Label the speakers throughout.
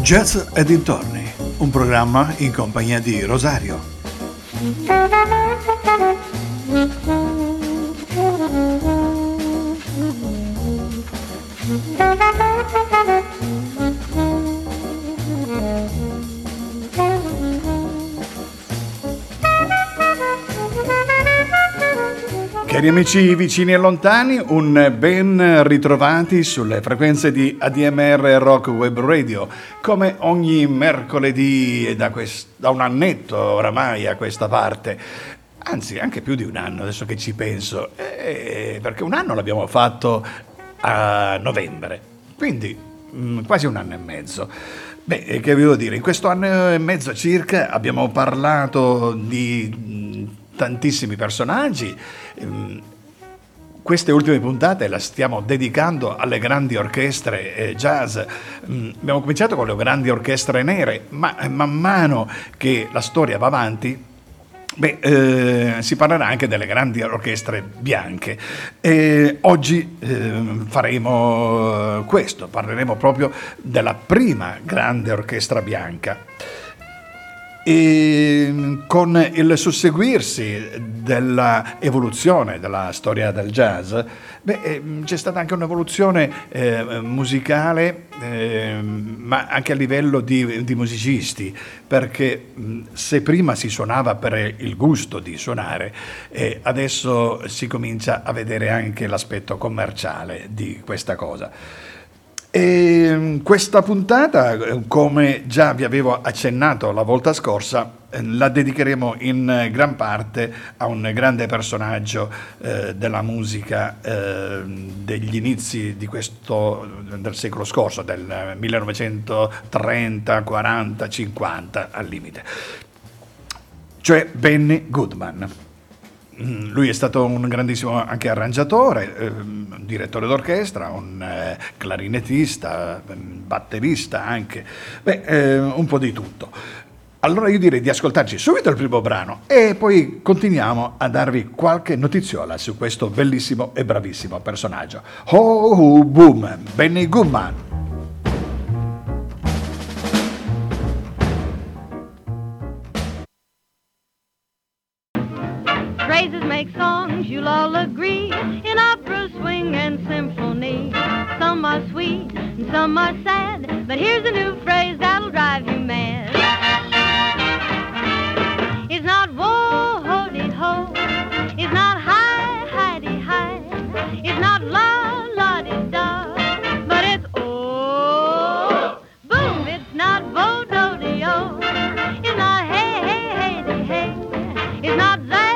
Speaker 1: Jazz e dintorni, un programma in compagnia di Rosario. Cari amici vicini e lontani, un ben ritrovati sulle frequenze di ADMR Rock Web Radio, come ogni mercoledì da un annetto oramai a questa parte, anzi anche più di un anno adesso che ci penso, perché un anno l'abbiamo fatto a novembre, quindi quasi un anno e mezzo. Beh, che vi devo dire, in questo anno e mezzo circa abbiamo parlato di tantissimi personaggi. Queste ultime puntate la stiamo dedicando alle grandi orchestre jazz. Abbiamo cominciato con le grandi orchestre nere, ma man mano che la storia va avanti, si parlerà anche delle grandi orchestre bianche. Oggi faremo questo, parleremo proprio della prima grande orchestra bianca. E con il susseguirsi della evoluzione della storia del jazz, c'è stata anche un'evoluzione musicale, ma anche a livello di musicisti, perché se prima si suonava per il gusto di suonare, adesso si comincia a vedere anche l'aspetto commerciale di questa cosa. E questa puntata, come già vi avevo accennato la volta scorsa, la dedicheremo in gran parte a un grande personaggio della musica degli inizi del secolo scorso, del 1930, 40, 50 al limite, cioè Benny Goodman. Lui è stato un grandissimo anche arrangiatore, direttore d'orchestra, un clarinettista, batterista anche, un po' di tutto. Allora io direi di ascoltarci subito il primo brano e poi continuiamo a darvi qualche notiziola su questo bellissimo e bravissimo personaggio. Oh, boom, Benny Goodman.
Speaker 2: Phrases make songs, you'll all agree, in opera, swing, and symphony. Some are sweet and some are sad, but here's a new phrase that'll drive you mad. It's not whoa-ho-dee-ho, it's not hi-hi-dee-hi, it's not la-la-dee-da, but it's oh, boom, it's not vo-do-dee-o, it's not hey-hey-hey-dee-hey, it's not zaz,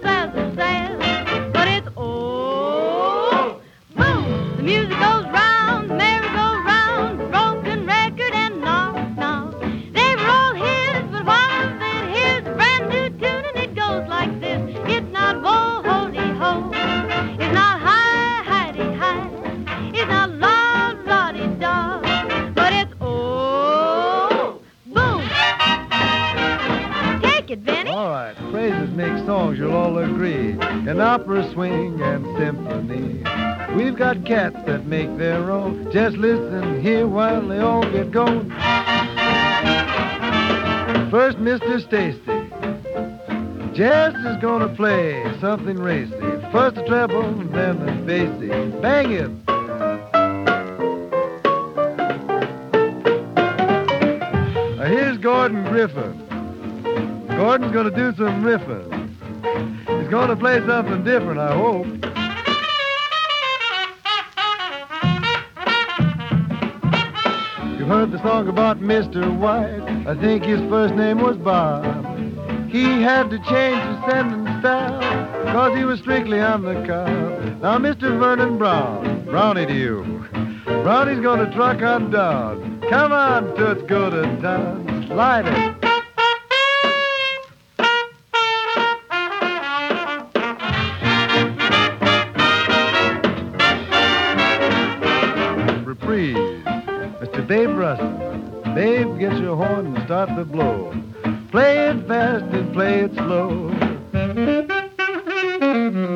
Speaker 2: but it's oh, boom, the music goes round, the merry-go-round, broken record and knock-knock. They were all his, but one of it, here's a brand new tune and it goes like this. It's not whoa-ho-dee-ho, it's not hi-hi-dee-hi, it's not la-la-dee-da, but it's oh, boom. Take it, Benny.
Speaker 3: All right, phrases make songs, you'll all agree, in opera, swing, and symphony. We've got cats that make their own. Just listen here while they all get going. First, Mr. Stacy. Jess is gonna play something racy. First the treble, then the bassy. Bang it! Here's Gordon Griffin. Gordon's gonna do some riffing. He's gonna play something different, I hope. You heard the song about Mr. White. I think his first name was Bob. He had to change his sending style because he was strictly on the cob. Now Mr. Vernon Brown, Brownie to you. Brownie's gonna truck on down. Come on, Toots, go to town. Slide it. Mr. Dave Russell. Dave, get your horn and start the blow. Play it fast and play it slow.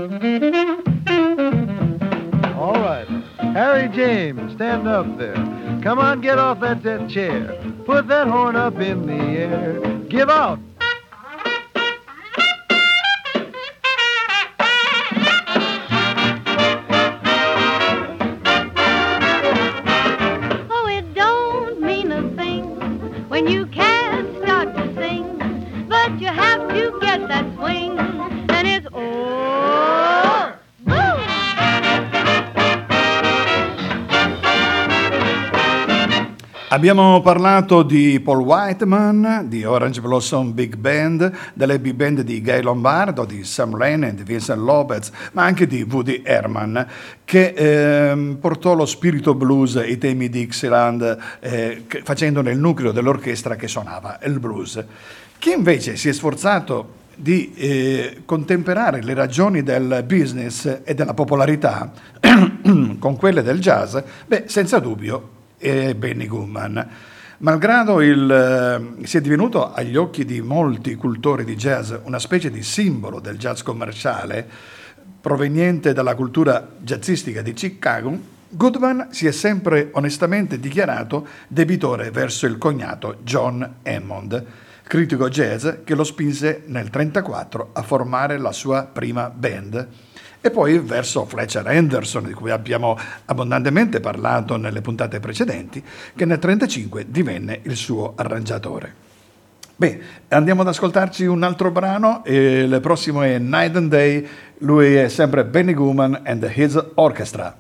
Speaker 3: All right. Harry James, stand up there. Come on, get off that chair. Put that horn up in the air. Give out.
Speaker 2: Oh, it don't mean a thing when you can't start to sing, but you have to get that swing, and it's oh, boom!
Speaker 1: Abbiamo parlato di Paul Whiteman, di Orange Blossom Big Band, delle big band di Guy Lombardo, di Sam Lennon, di Vincent Lopez, ma anche di Woody Herman, che portò lo spirito blues e i temi di Dixieland, facendone il nucleo dell'orchestra che suonava il blues. Chi invece si è sforzato di contemperare le ragioni del business e della popolarità con quelle del jazz, senza dubbio è Benny Goodman. Malgrado sia divenuto agli occhi di molti cultori di jazz una specie di simbolo del jazz commerciale proveniente dalla cultura jazzistica di Chicago, Goodman si è sempre onestamente dichiarato debitore verso il cognato John Hammond, critico jazz che lo spinse nel 1934 a formare la sua prima band, e poi verso Fletcher Henderson, di cui abbiamo abbondantemente parlato nelle puntate precedenti, che nel 1935 divenne il suo arrangiatore. Andiamo ad ascoltarci un altro brano, il prossimo è Night and Day, lui è sempre Benny Goodman and His Orchestra.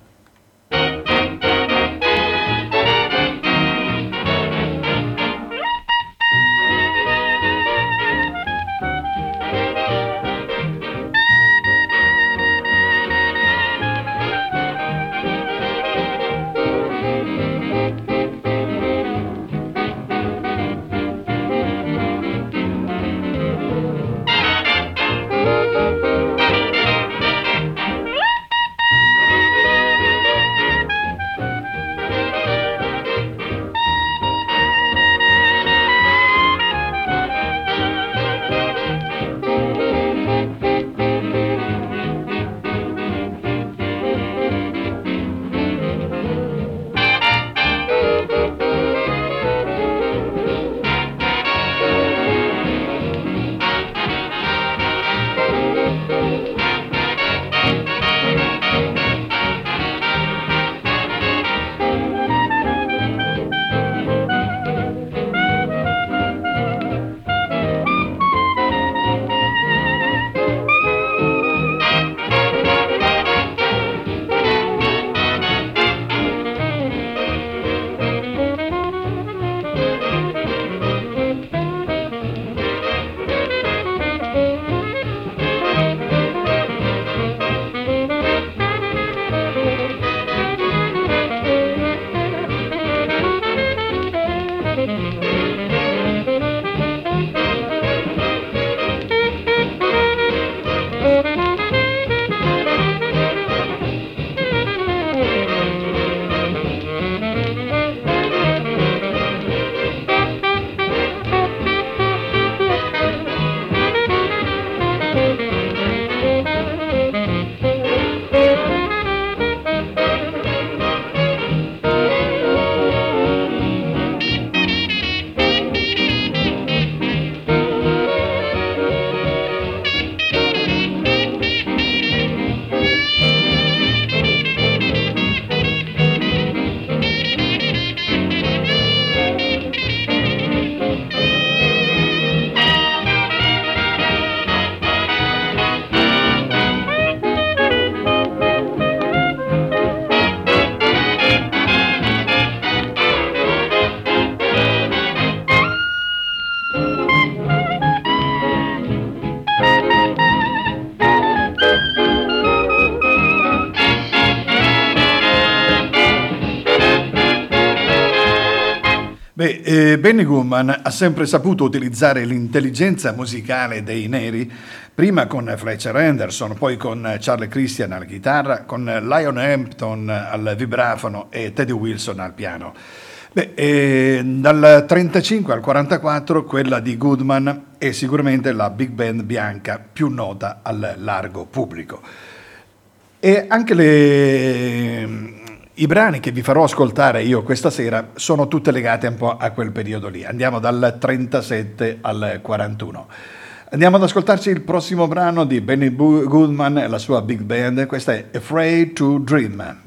Speaker 1: Benny Goodman ha sempre saputo utilizzare l'intelligenza musicale dei neri, prima con Fletcher Henderson, poi con Charlie Christian alla chitarra, con Lion Hampton al vibrafono e Teddy Wilson al piano. Dal 35 al 44 quella di Goodman è sicuramente la big band bianca più nota al largo pubblico. E anche I brani che vi farò ascoltare io questa sera sono tutte legate un po' a quel periodo lì. Andiamo dal 37 al 41. Andiamo ad ascoltarci il prossimo brano di Benny Goodman e la sua big band. Questa è Afraid to Dream.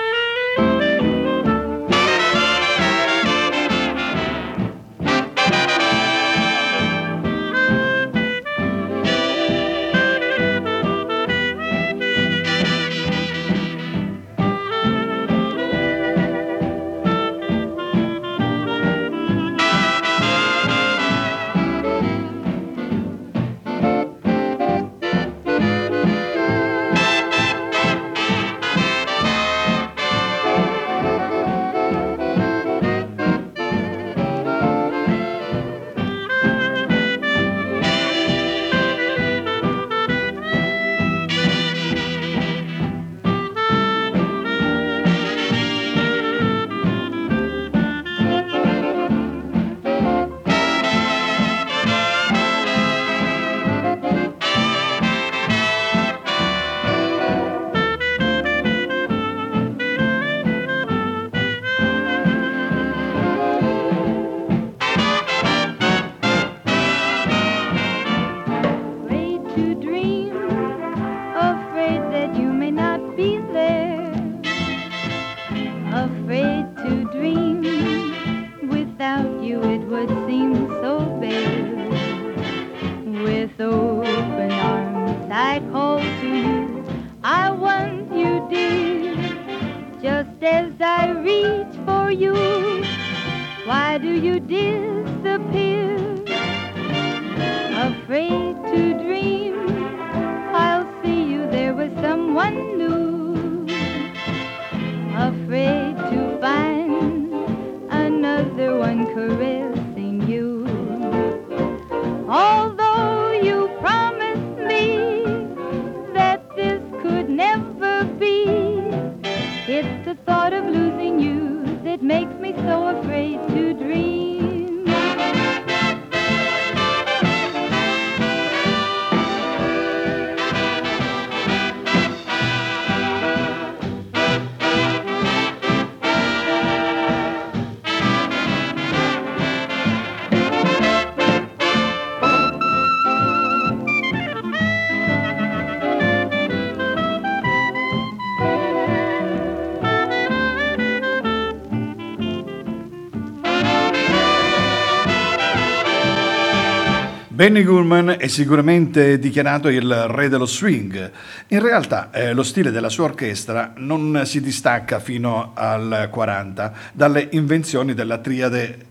Speaker 1: Benny Goodman è sicuramente dichiarato il re dello swing. In realtà lo stile della sua orchestra non si distacca fino al 40 dalle invenzioni della triade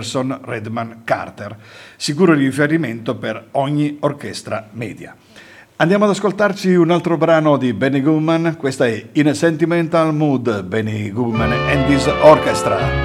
Speaker 1: Henderson-Redman-Carter, sicuro di riferimento per ogni orchestra media. Andiamo ad ascoltarci un altro brano di Benny Goodman. Questa è In a Sentimental Mood, Benny Goodman and his Orchestra.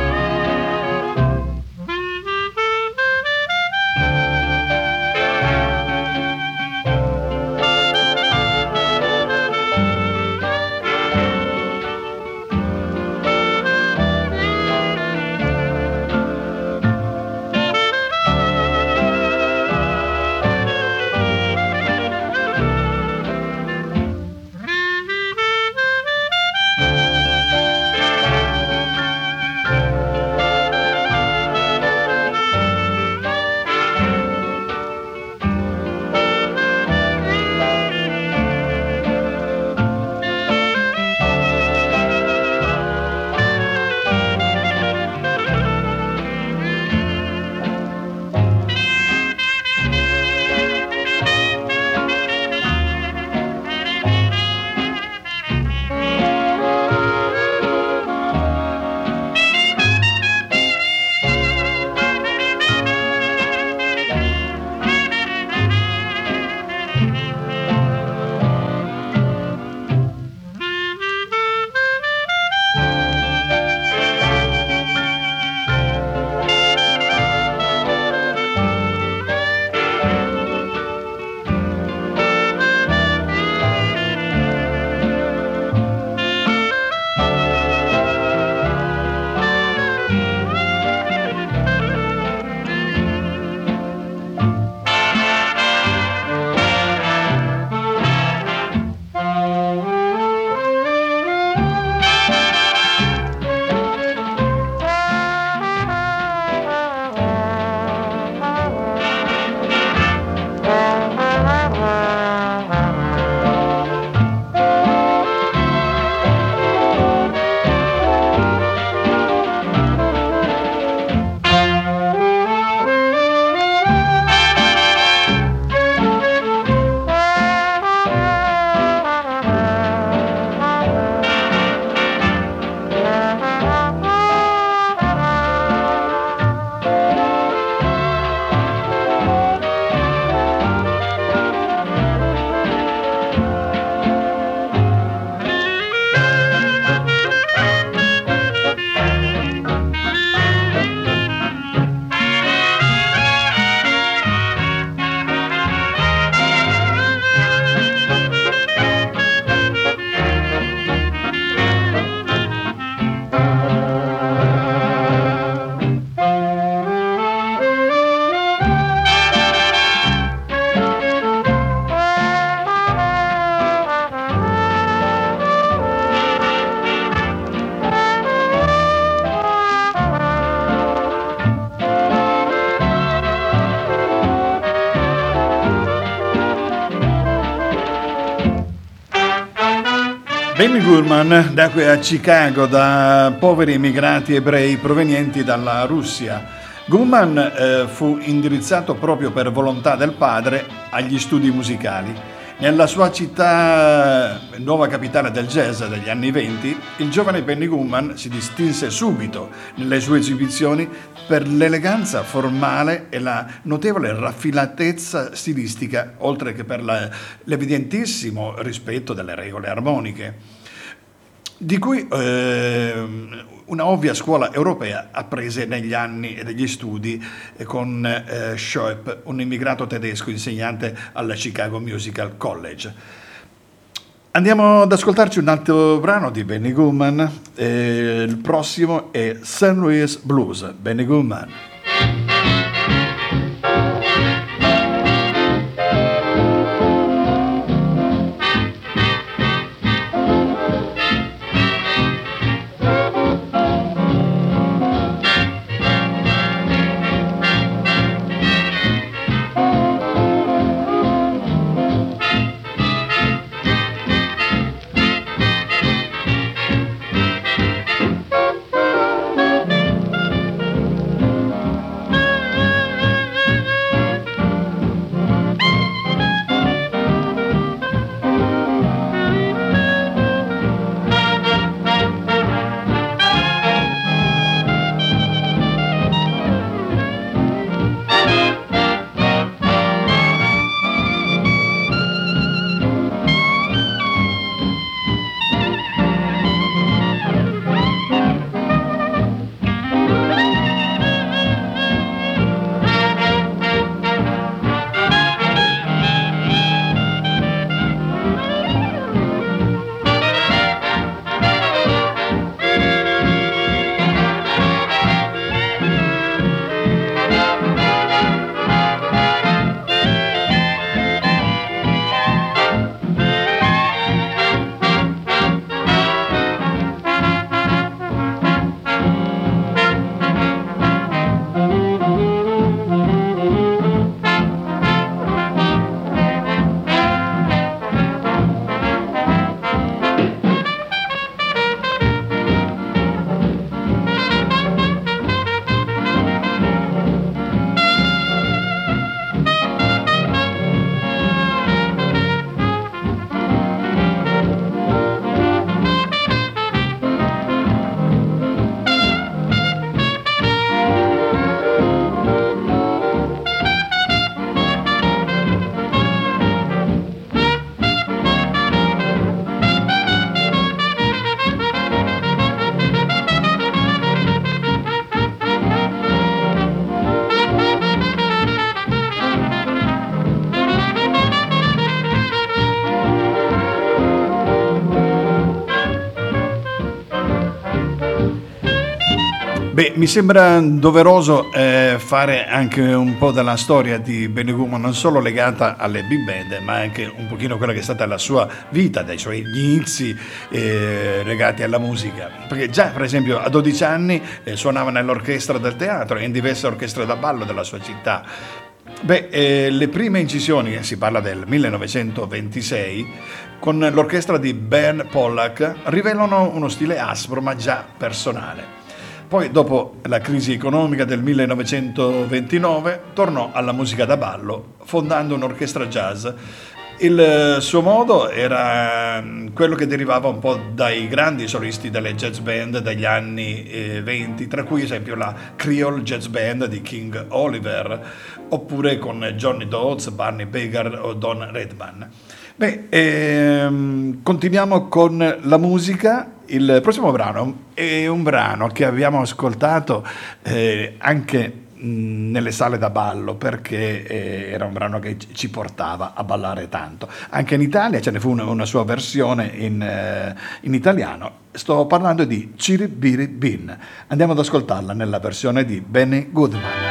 Speaker 1: Benny Goodman nacque a Chicago da poveri immigrati ebrei provenienti dalla Russia. Goodman fu indirizzato proprio per volontà del padre agli studi musicali. Nella sua città, nuova capitale del jazz degli anni '20, il giovane Benny Goodman si distinse subito nelle sue esibizioni per l'eleganza formale e la notevole raffinatezza stilistica, oltre che per l'evidentissimo rispetto delle regole armoniche, di cui una ovvia scuola europea apprese negli anni degli studi con Schoep, un immigrato tedesco insegnante alla Chicago Musical College. Andiamo ad ascoltarci un altro brano di Benny Goodman, il prossimo è St. Louis Blues, Benny Goodman. Beh, mi sembra doveroso fare anche un po' della storia di Benny Goodman, non solo legata alle big band, ma anche un pochino quella che è stata la sua vita, dai suoi inizi legati alla musica. Perché già, per esempio, a 12 anni suonava nell'orchestra del teatro e in diverse orchestre da ballo della sua città. Beh, le prime incisioni, si parla del 1926, con l'orchestra di Ben Pollack, rivelano uno stile aspro ma già personale. Poi, dopo la crisi economica del 1929, tornò alla musica da ballo, fondando un'orchestra jazz. Il suo modo era quello che derivava un po' dai grandi solisti delle jazz band degli anni 20, tra cui, ad esempio, la Creole Jazz Band di King Oliver, oppure con Johnny Dodds, Barney Bigard o Don Redman. Beh, continuiamo con la musica. Il prossimo brano è un brano che abbiamo ascoltato anche nelle sale da ballo, perché era un brano che ci portava a ballare tanto. Anche in Italia ce ne fu una sua versione in italiano. Sto parlando di Chiri Biri Bin. Andiamo ad ascoltarla nella versione di Benny Goodman.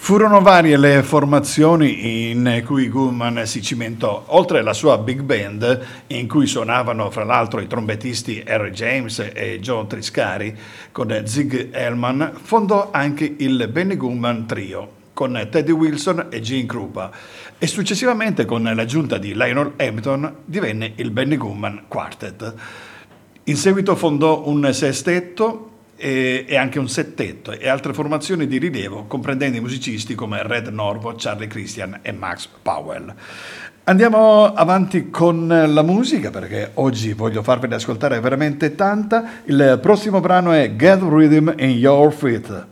Speaker 1: Furono varie le formazioni in cui Goodman si cimentò, oltre alla sua big band, in cui suonavano fra l'altro i trombettisti Harry James e Joe Triscari, con Zig Elman, fondò anche il Benny Goodman Trio, con Teddy Wilson e Gene Krupa, e successivamente con l'aggiunta di Lionel Hampton divenne il Benny Goodman Quartet. In seguito fondò un sestetto e anche un settetto e altre formazioni di rilievo, comprendendo i musicisti come Red Norvo, Charlie Christian e Max Powell. Andiamo avanti con la musica, perché oggi voglio farvene ascoltare veramente tanta. Il prossimo brano è Get Rhythm in Your Feet.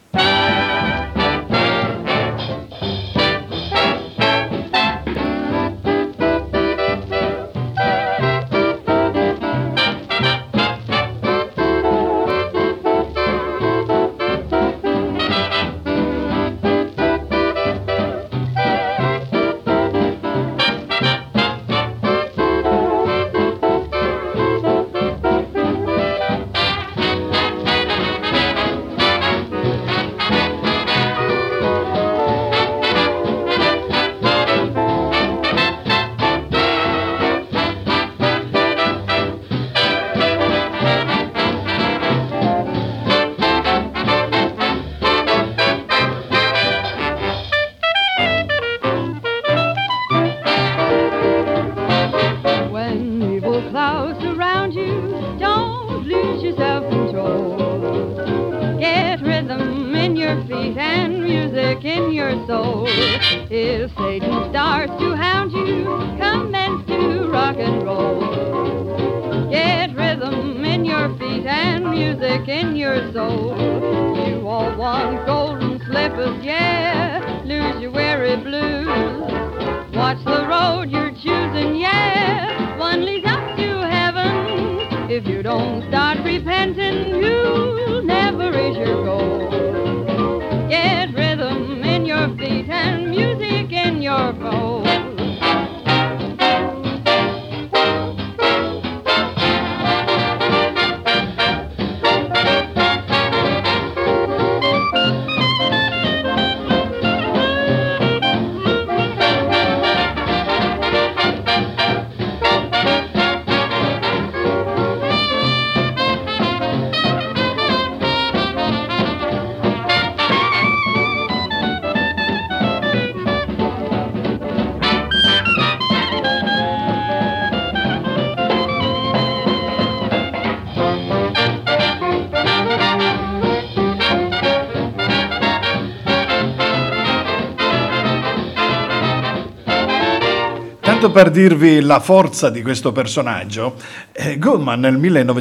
Speaker 1: Tanto per dirvi la forza di questo personaggio, Goodman nel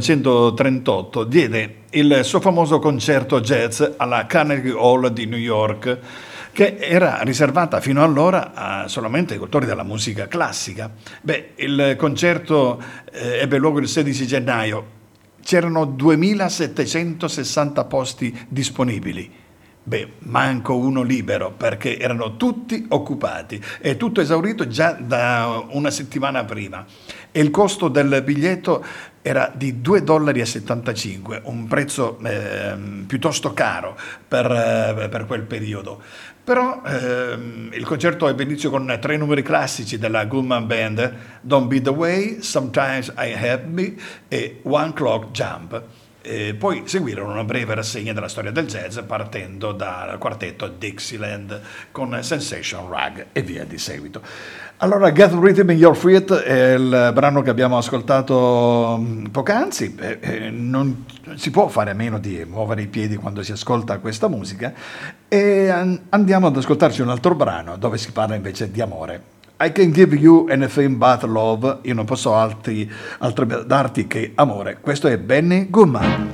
Speaker 1: 1938 diede il suo famoso concerto jazz alla Carnegie Hall di New York, che era riservata fino allora solamente ai cultori della musica classica. Il concerto ebbe luogo il 16 gennaio, c'erano 2760 posti disponibili. Manco uno libero, perché erano tutti occupati e tutto esaurito già da una settimana prima, e il costo del biglietto era di $2,75, un prezzo piuttosto caro per quel periodo. Però il concerto ebbe inizio con 3 numeri classici della Goodman Band: Don't Be the Way, Sometimes I Have Me e One Clock Jump. Poi seguirono una breve rassegna della storia del jazz, partendo dal quartetto Dixieland con Sensation Rag e via di seguito. Allora, Get Rhythm in Your Feet è il brano che abbiamo ascoltato poc'anzi. Non si può fare a meno di muovere i piedi quando si ascolta questa musica, e andiamo ad ascoltarci un altro brano dove si parla invece di amore. I can give you anything but love. Io non posso altro darti che amore. Questo è Benny Goodman.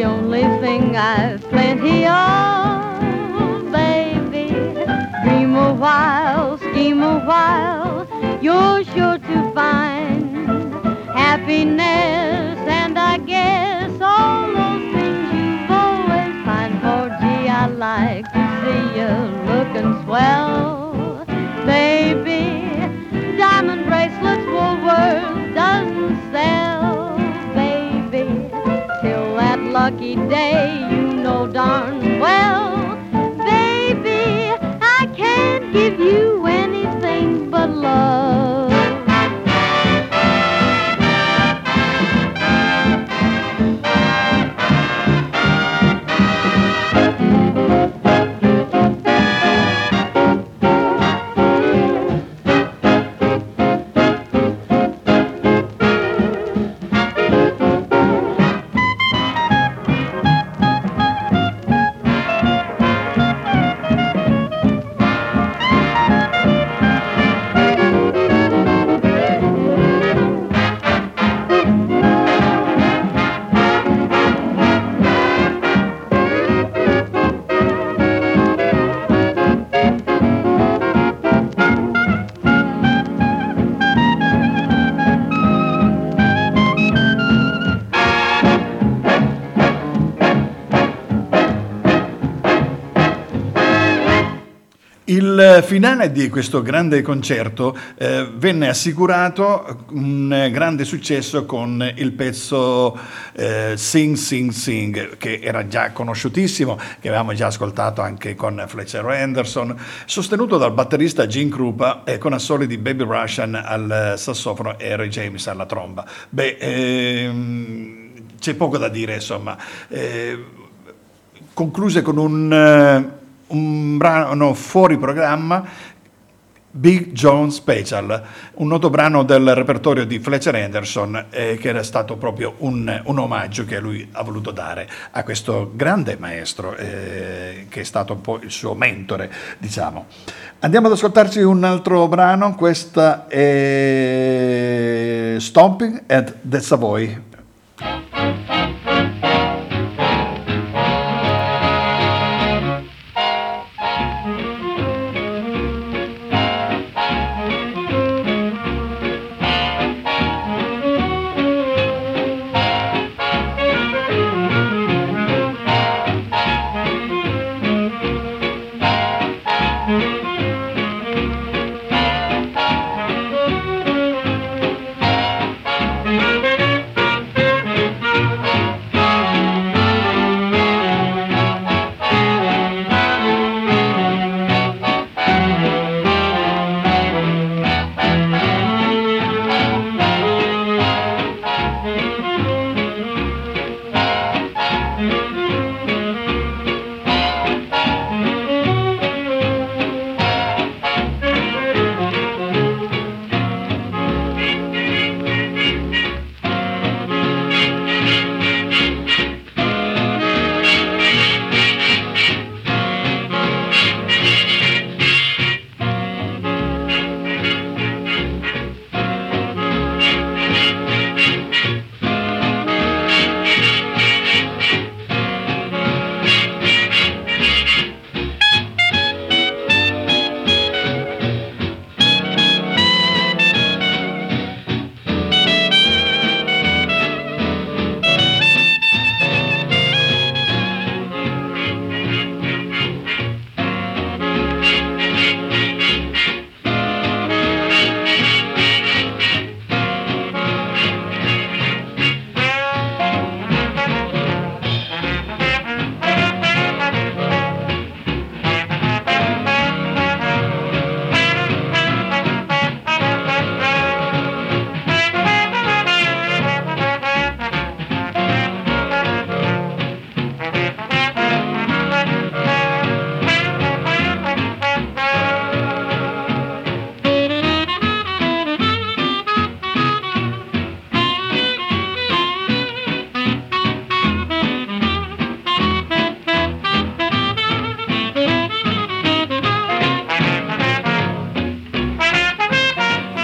Speaker 2: the only thing I've plenty of, baby. Dream a while, scheme a while, you're sure to find happiness, and I guess all those things you've always pined for. Gee, I like to see you looking swell, baby. Diamond bracelets Woolworth doesn't sell, baby. Till that lucky day, you know darn well, baby, I can't give you anything but love.
Speaker 1: Il finale di questo grande concerto venne assicurato un grande successo con il pezzo Sing Sing Sing, che era già conosciutissimo, che avevamo già ascoltato anche con Fletcher Henderson, sostenuto dal batterista Gene Krupa e con assoli di Baby Russian al sassofono e Ray James alla tromba. C'è poco da dire, insomma. Concluse con un brano fuori programma, Big John Special, un noto brano del repertorio di Fletcher Henderson, che era stato proprio un omaggio che lui ha voluto dare a questo grande maestro, che è stato un po' il suo mentore, diciamo. Andiamo ad ascoltarci un altro brano, questa è Stomping at the Savoy.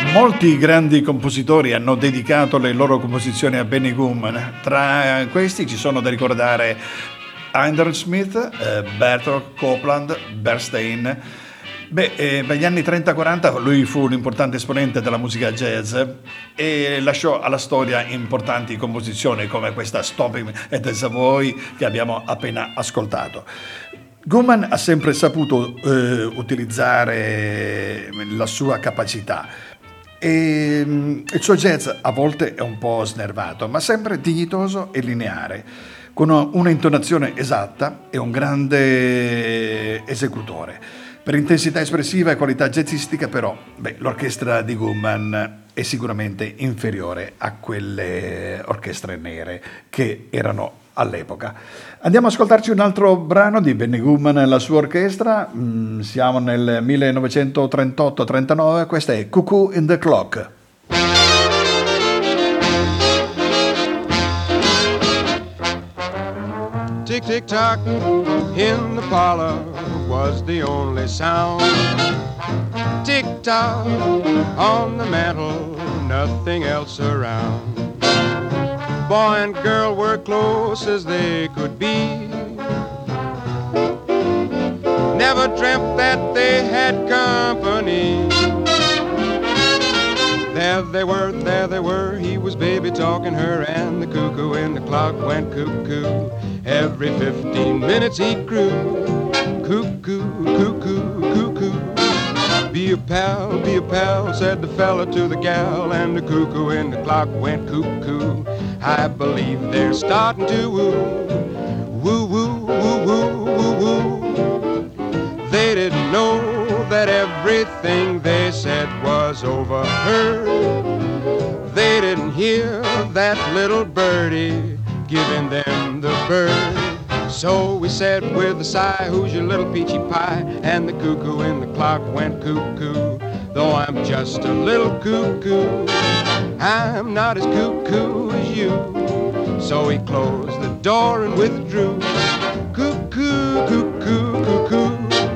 Speaker 1: Molti grandi compositori hanno dedicato le loro composizioni a Benny Goodman. Tra questi ci sono da ricordare Andrew Smith, Bertolt Copeland, Bernstein. Negli anni 30-40 lui fu un importante esponente della musica jazz e lasciò alla storia importanti composizioni come questa Stopping at the Savoy che abbiamo appena ascoltato. Goodman ha sempre saputo utilizzare la sua capacità e il suo jazz a volte è un po' snervato, ma sempre dignitoso e lineare, con una intonazione esatta e un grande esecutore. Per intensità espressiva e qualità jazzistica però, l'orchestra di Goodman è sicuramente inferiore a quelle orchestre nere che erano all'epoca. Andiamo ad ascoltarci un altro brano di Benny Goodman e la sua orchestra. Siamo nel 1938-39, questa è Cuckoo in the Clock.
Speaker 4: Tick, tick, tock, in the parlor was the only sound. Tick, tock, on the mantel, nothing else around. Boy and girl were close as they could be. Never dreamt that they had company. There they were, he was baby talking her, and the cuckoo in the clock went cuckoo. Every 15 minutes he crew, cuckoo, cuckoo, cuckoo. Be a pal, said the fella to the gal, and the cuckoo in the clock went cuckoo. I believe they're starting to woo, woo, woo, woo, woo, woo, woo. They didn't know that everything they said was overheard. They didn't hear that little birdie giving them the bird. So we said with a sigh, who's your little peachy pie? And the cuckoo in the clock went cuckoo. Though I'm just a little cuckoo, I'm not as cuckoo as you. So he closed the door and withdrew. Cuckoo, cuckoo, cuckoo.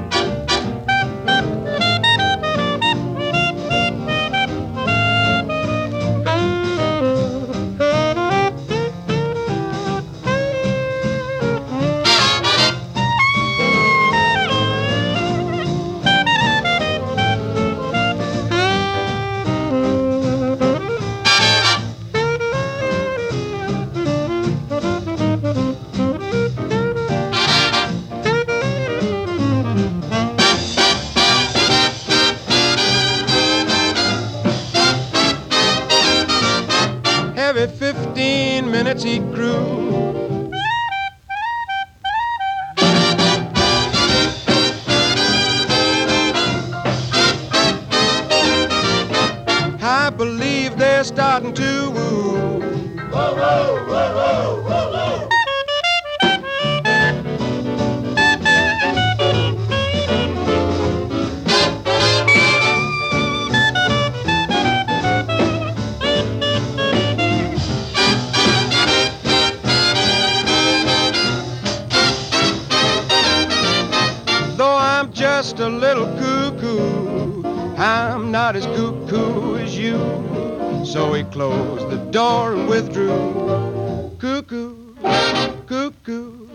Speaker 4: Every 15 minutes he grew. I believe they're starting to woo. Whoa, whoa, whoa, whoa, whoa, whoa. Just a little cuckoo, I'm not as cuckoo as you. So he closed the door and withdrew. Cuckoo, cuckoo.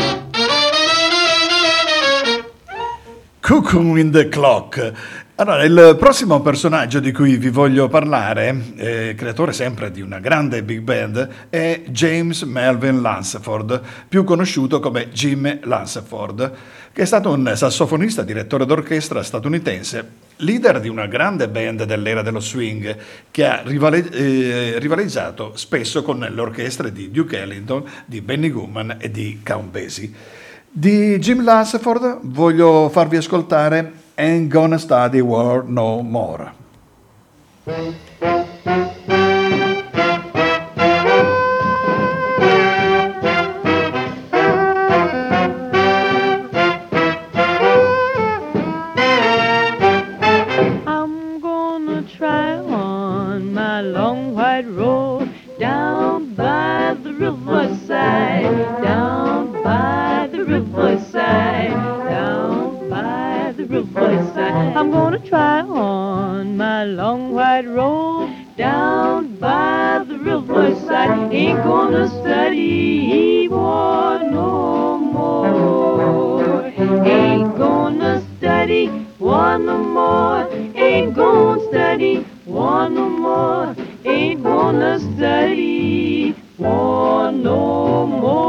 Speaker 1: Cuckoo in the Clock. Allora, il prossimo personaggio di cui vi voglio parlare, creatore sempre di una grande big band, è James Melvin Lansford, più conosciuto come Jim Lansford, che è stato un sassofonista, direttore d'orchestra statunitense, leader di una grande band dell'era dello swing, che ha rivaleggiato spesso con le orchestre di Duke Ellington, di Benny Goodman e di Count Basie. Di Jim Lansford voglio farvi ascoltare Ain't Gonna Study War No More.
Speaker 2: I'm gonna try on my long white road down by the riverside, down by the riverside, down by the riverside. I'm gonna try on
Speaker 5: on my long white robe down by the riverside. Ain't gonna study war no more. Ain't gonna study war no more. Ain't gonna study war no more. Ain't gonna study war no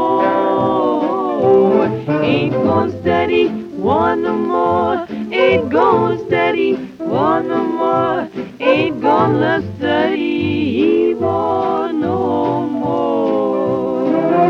Speaker 5: more. Ain't gonna study war no more. Ain't gonna study war no more. Ain't gonna study war no more.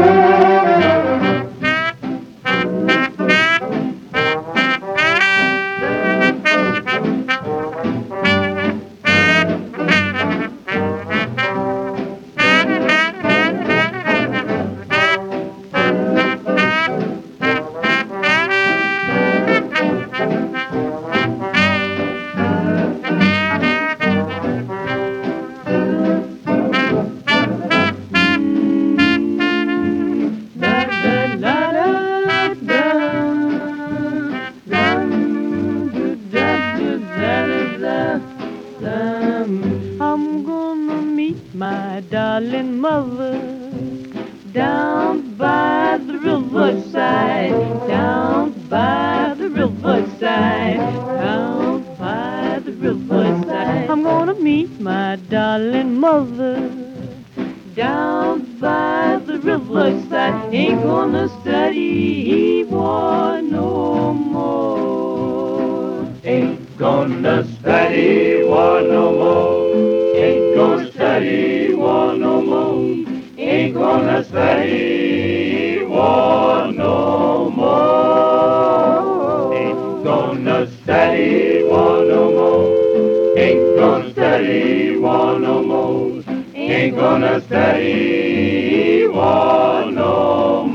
Speaker 5: I'm gonna meet my darling mother down by the riverside, down by the riverside, down by the riverside. I'm gonna meet my darling mother down by the riverside. Ain't gonna study war no more.
Speaker 6: Ain't gonna study war no more. Ain't gonna study war no more. Ain't gonna study war no more. Ain't gonna study war no more. Ain't gonna study war no more. Ain't gonna study war no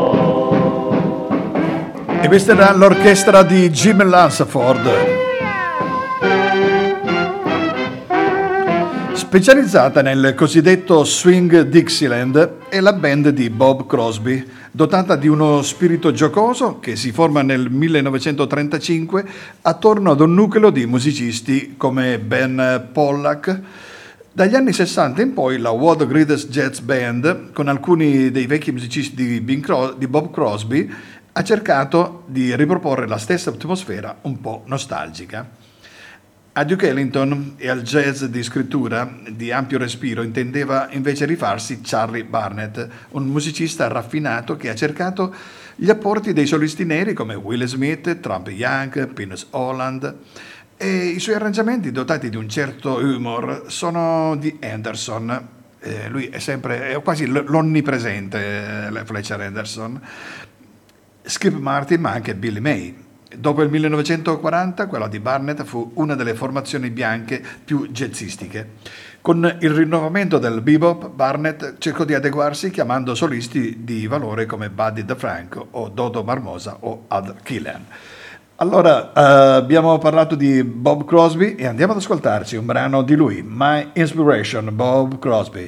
Speaker 6: more.
Speaker 1: E questa era l'orchestra di Jim Lansford, specializzata nel cosiddetto swing Dixieland, e la band di Bob Crosby, dotata di uno spirito giocoso che si forma nel 1935 attorno ad un nucleo di musicisti come Ben Pollack. Dagli anni 60 in poi la World Greatest Jazz Band, con alcuni dei vecchi musicisti di Bob Crosby, ha cercato di riproporre la stessa atmosfera un po' nostalgica. A Duke Ellington e al jazz di scrittura di ampio respiro intendeva invece rifarsi Charlie Barnett, un musicista raffinato che ha cercato gli apporti dei solisti neri come Will Smith, Trump Young, Pinus Holland, e i suoi arrangiamenti, dotati di un certo humor, sono di Anderson. Lui è quasi l'onnipresente, Fletcher Henderson, Skip Martin, ma anche Billy May. Dopo il 1940, quella di Barnett fu una delle formazioni bianche più jazzistiche. Con il rinnovamento del bebop, Barnett cercò di adeguarsi chiamando solisti di valore come Buddy DeFranco o Dodo Marmosa o Ad Killian. Allora, abbiamo parlato di Bob Crosby e andiamo ad ascoltarci un brano di lui, My Inspiration, Bob Crosby.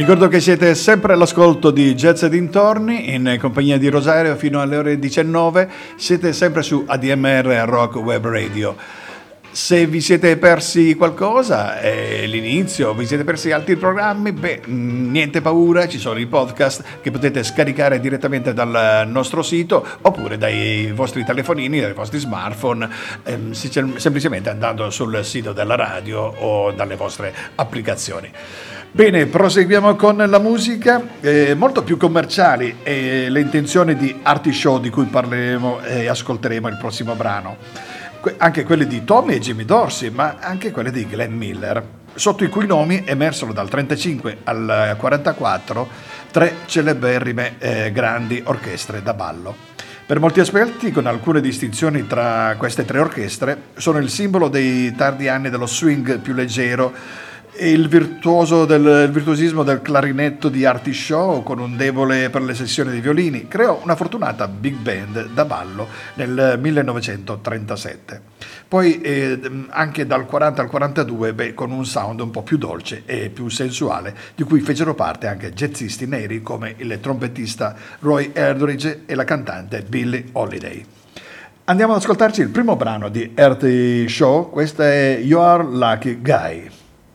Speaker 1: ricordo che siete sempre all'ascolto di Jazz e dintorni in compagnia di Rosario fino alle ore 19. Siete sempre su ADMR Rock Web Radio. Se vi siete persi qualcosa, l'inizio, vi siete persi altri programmi, niente paura, ci sono i podcast che potete scaricare direttamente dal nostro sito oppure dai vostri telefonini, dai vostri smartphone, semplicemente andando sul sito della radio o dalle vostre applicazioni. Bene, proseguiamo con la musica, molto più commerciali e le intenzioni di Artie Shaw, di cui parleremo e ascolteremo il prossimo brano. Anche quelle di Tommy e Jimmy Dorsey, ma anche quelle di Glenn Miller, sotto i cui nomi emersero dal 1935 al 1944 tre celeberrime grandi orchestre da ballo. Per molti aspetti, con alcune distinzioni tra queste tre orchestre, sono il simbolo dei tardi anni dello swing più leggero e il virtuosismo del clarinetto di Artie Shaw, con un debole per le sessioni dei violini, creò una fortunata big band da ballo nel 1937. Poi anche dal 40 al 42, con un sound un po' più dolce e più sensuale, di cui fecero parte anche jazzisti neri come il trombettista Roy Eldridge e la cantante Billie Holiday. Andiamo ad ascoltarci il primo brano di Artie Shaw, questo è You're Lucky Guy.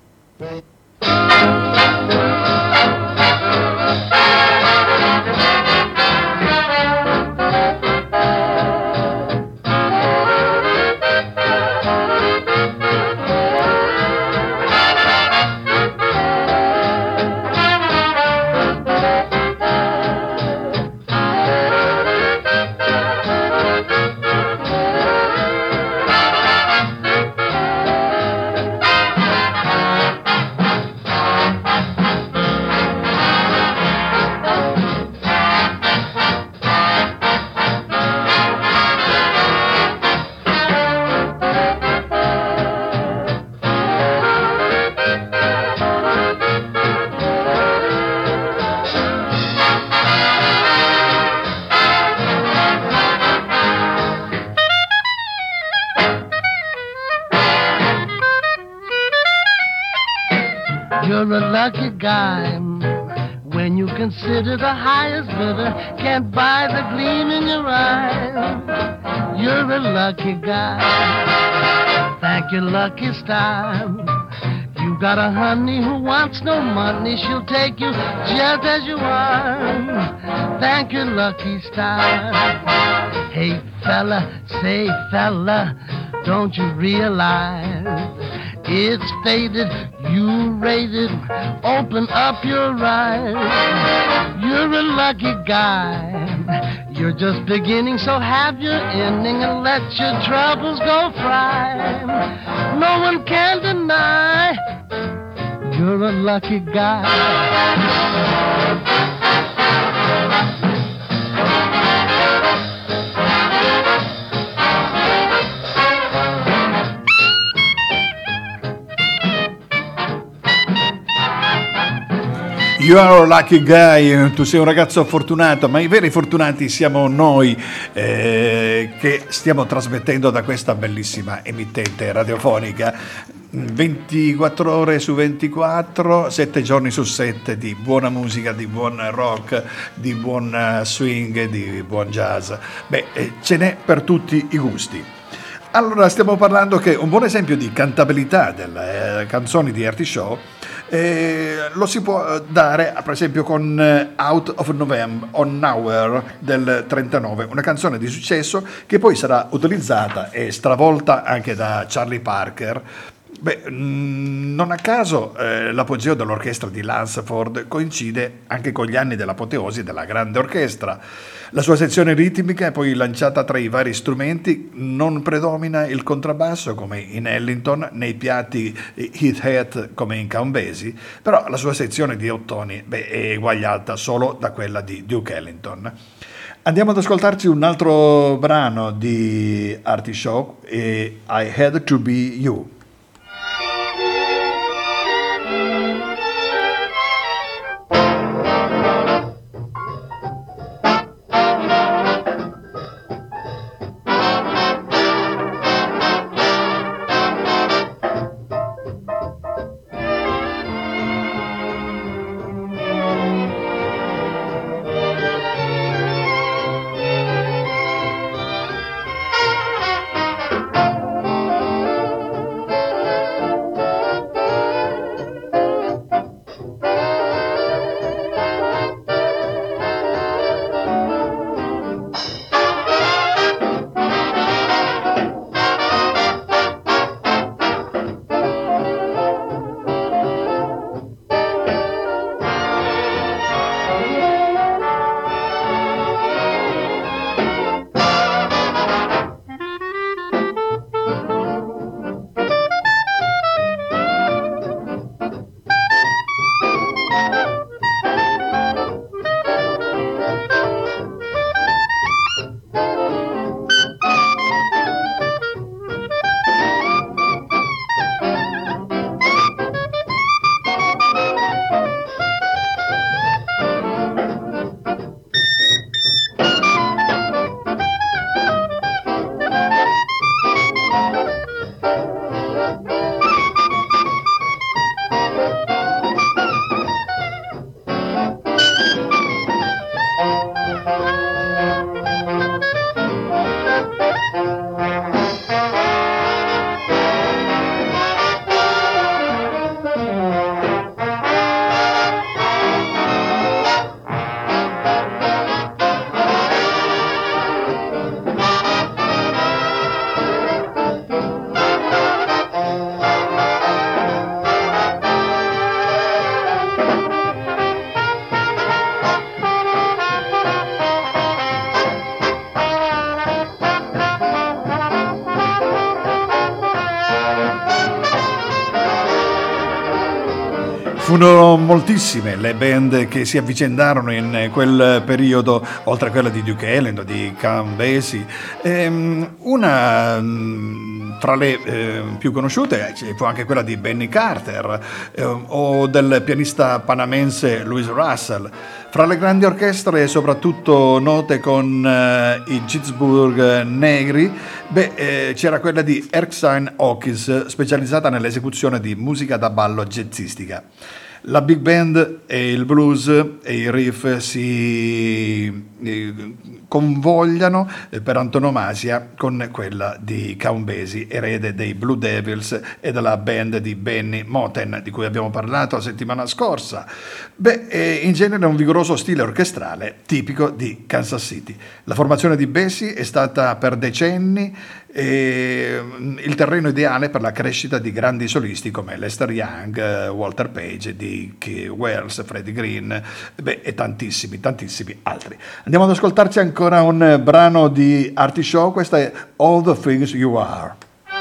Speaker 7: You're a lucky guy when you consider the highest bidder can't buy the gleam in your eye. You're a lucky guy. Thank your lucky star. You got a honey who wants no money. She'll take you just as you are. Thank your lucky star. Hey fella, say fella, don't you realize it's faded, you rated, open up your eyes. You're a lucky guy. You're just beginning, so have your ending and let your troubles go fly. No one can deny you're a lucky guy.
Speaker 1: You are a lucky guy, tu sei un ragazzo fortunato, ma i veri fortunati siamo noi che stiamo trasmettendo da questa bellissima emittente radiofonica 24 ore su 24, 7 giorni su 7 di buona musica, di buon rock, di buon swing, di buon jazz. Ce n'è per tutti i gusti. Allora, stiamo parlando che un buon esempio di cantabilità delle canzoni di Artie Shaw lo si può dare per esempio con Out of November on Nowhere del 39, una canzone di successo che poi sarà utilizzata e stravolta anche da Charlie Parker. Non a caso l'apogeo dell'orchestra di Lansford coincide anche con gli anni dell'apoteosi della grande orchestra. La sua sezione ritmica è poi lanciata tra i vari strumenti, non predomina il contrabbasso come in Ellington, nei piatti Heath Head come in Count Basie, però la sua sezione di ottoni è eguagliata solo da quella di Duke Ellington. Andiamo ad ascoltarci un altro brano di Artie Shaw, I Had to Be You. Furono moltissime le band che si avvicendarono in quel periodo, oltre a quella di Duke Ellington, di Count Basie. Una fra le più conosciute fu anche quella di Benny Carter o del pianista panamense Louis Russell. Fra le grandi orchestre, soprattutto note con i Ginsburg Negri, c'era quella di Erskine Hawkins, specializzata nell'esecuzione di musica da ballo jazzistica. La big band e il blues e i riff si convogliano per antonomasia con quella di Count Basie, erede dei Blue Devils e della band di Benny Moten, di cui abbiamo parlato la settimana scorsa. In genere è un vigoroso stile orchestrale tipico di Kansas City. La formazione di Basie è stata per decenni il terreno ideale per la crescita di grandi solisti come Lester Young, Walter Page, Dick Wells, Freddie Green e tantissimi altri. Andiamo ad ascoltarci ancora un brano di Artie Shaw. Questa è All the Things You Are.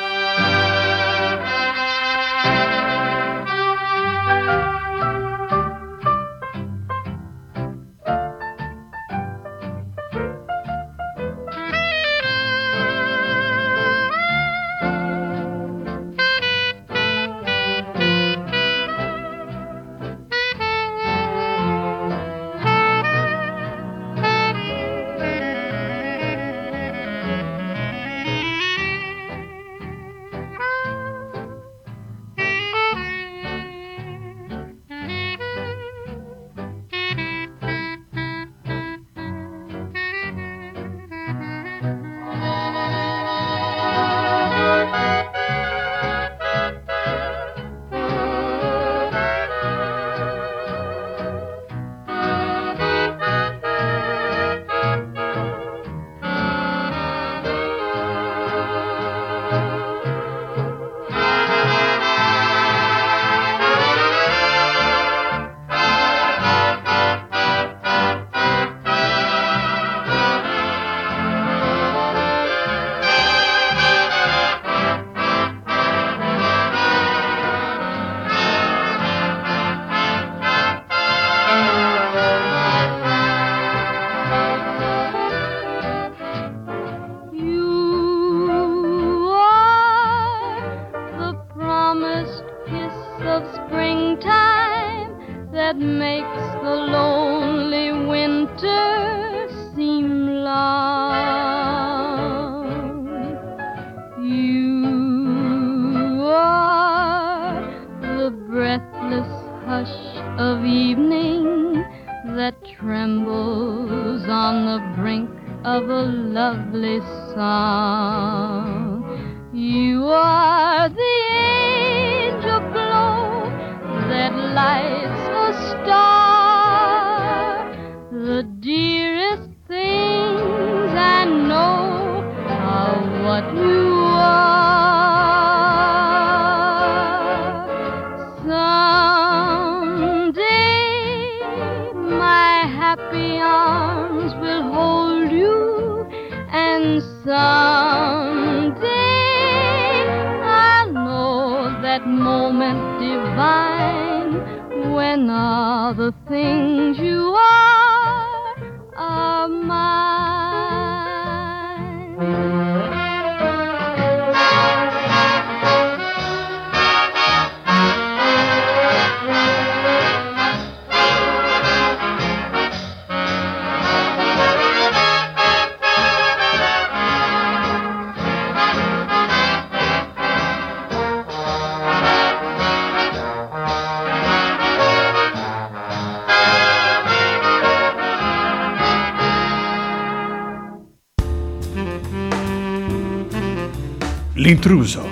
Speaker 1: L'intruso.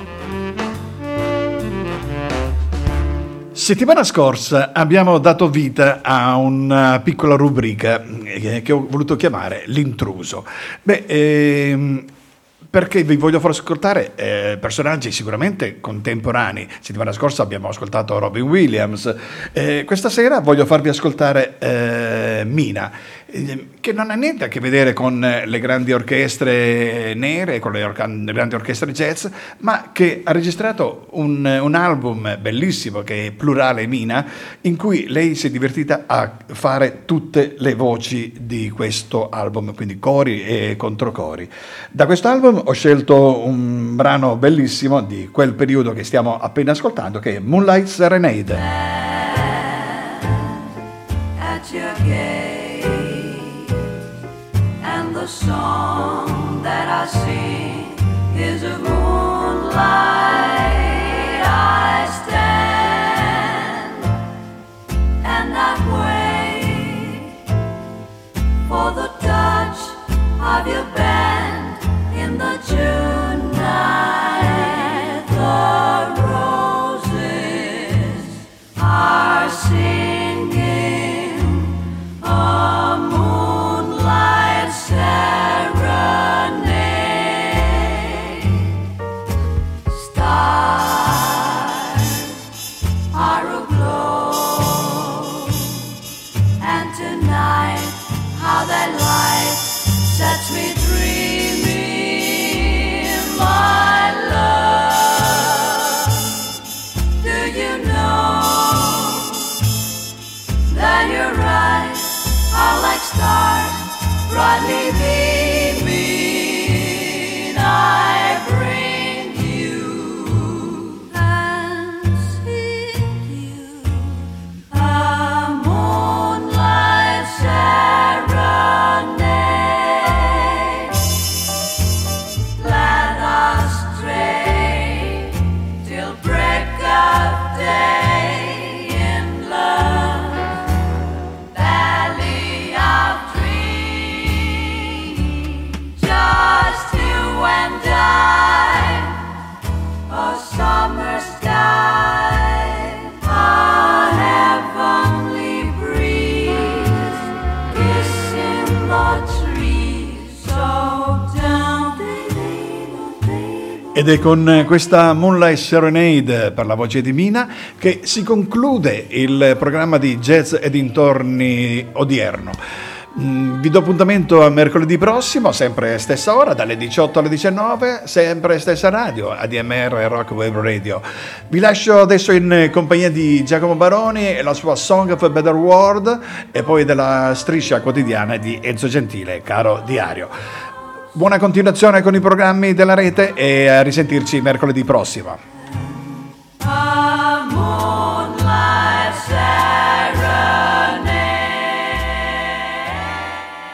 Speaker 1: Settimana scorsa abbiamo dato vita a una piccola rubrica che ho voluto chiamare L'intruso. Perché vi voglio far ascoltare personaggi sicuramente contemporanei. Settimana scorsa abbiamo ascoltato Robin Williams, questa sera voglio farvi ascoltare Mina. che non ha niente a che vedere con le grandi orchestre nere, con le grandi orchestre jazz, ma che ha registrato un album bellissimo che è Plurale Mina, in cui lei si è divertita a fare tutte le voci di questo album, quindi cori e controcori. Da questo album ho scelto un brano bellissimo di quel periodo che stiamo appena ascoltando, che è Moonlight Serenade.
Speaker 8: At your gate, and the song that I sing is of moonlight. I stand and I wait for the touch of your band in the June night. The roses are singing a moonlight serenade. Stars are aglow, and tonight how that light sets me dreaming, my love. Do you know that your eyes are like stars brightly beaming? I bring you and sing you a moonlight serenade. Let us stray till break of day in love's valley of dreams. Just you and I, a summer sky, a heavenly breeze, kissing the trees. So down,
Speaker 1: Ed è con questa Moonlight Serenade per la voce di Mina che si conclude il programma di Jazz e dintorni odierno. Vi do appuntamento a mercoledì prossimo, sempre stessa ora, dalle 18 alle 19, sempre stessa radio, ADMR Rock Web Radio. Vi lascio adesso in compagnia di Giacomo Baroni e la sua Song of a Better World, e poi della striscia quotidiana di Enzo Gentile, Caro Diario. Buona continuazione con i programmi della rete e a risentirci mercoledì prossimo.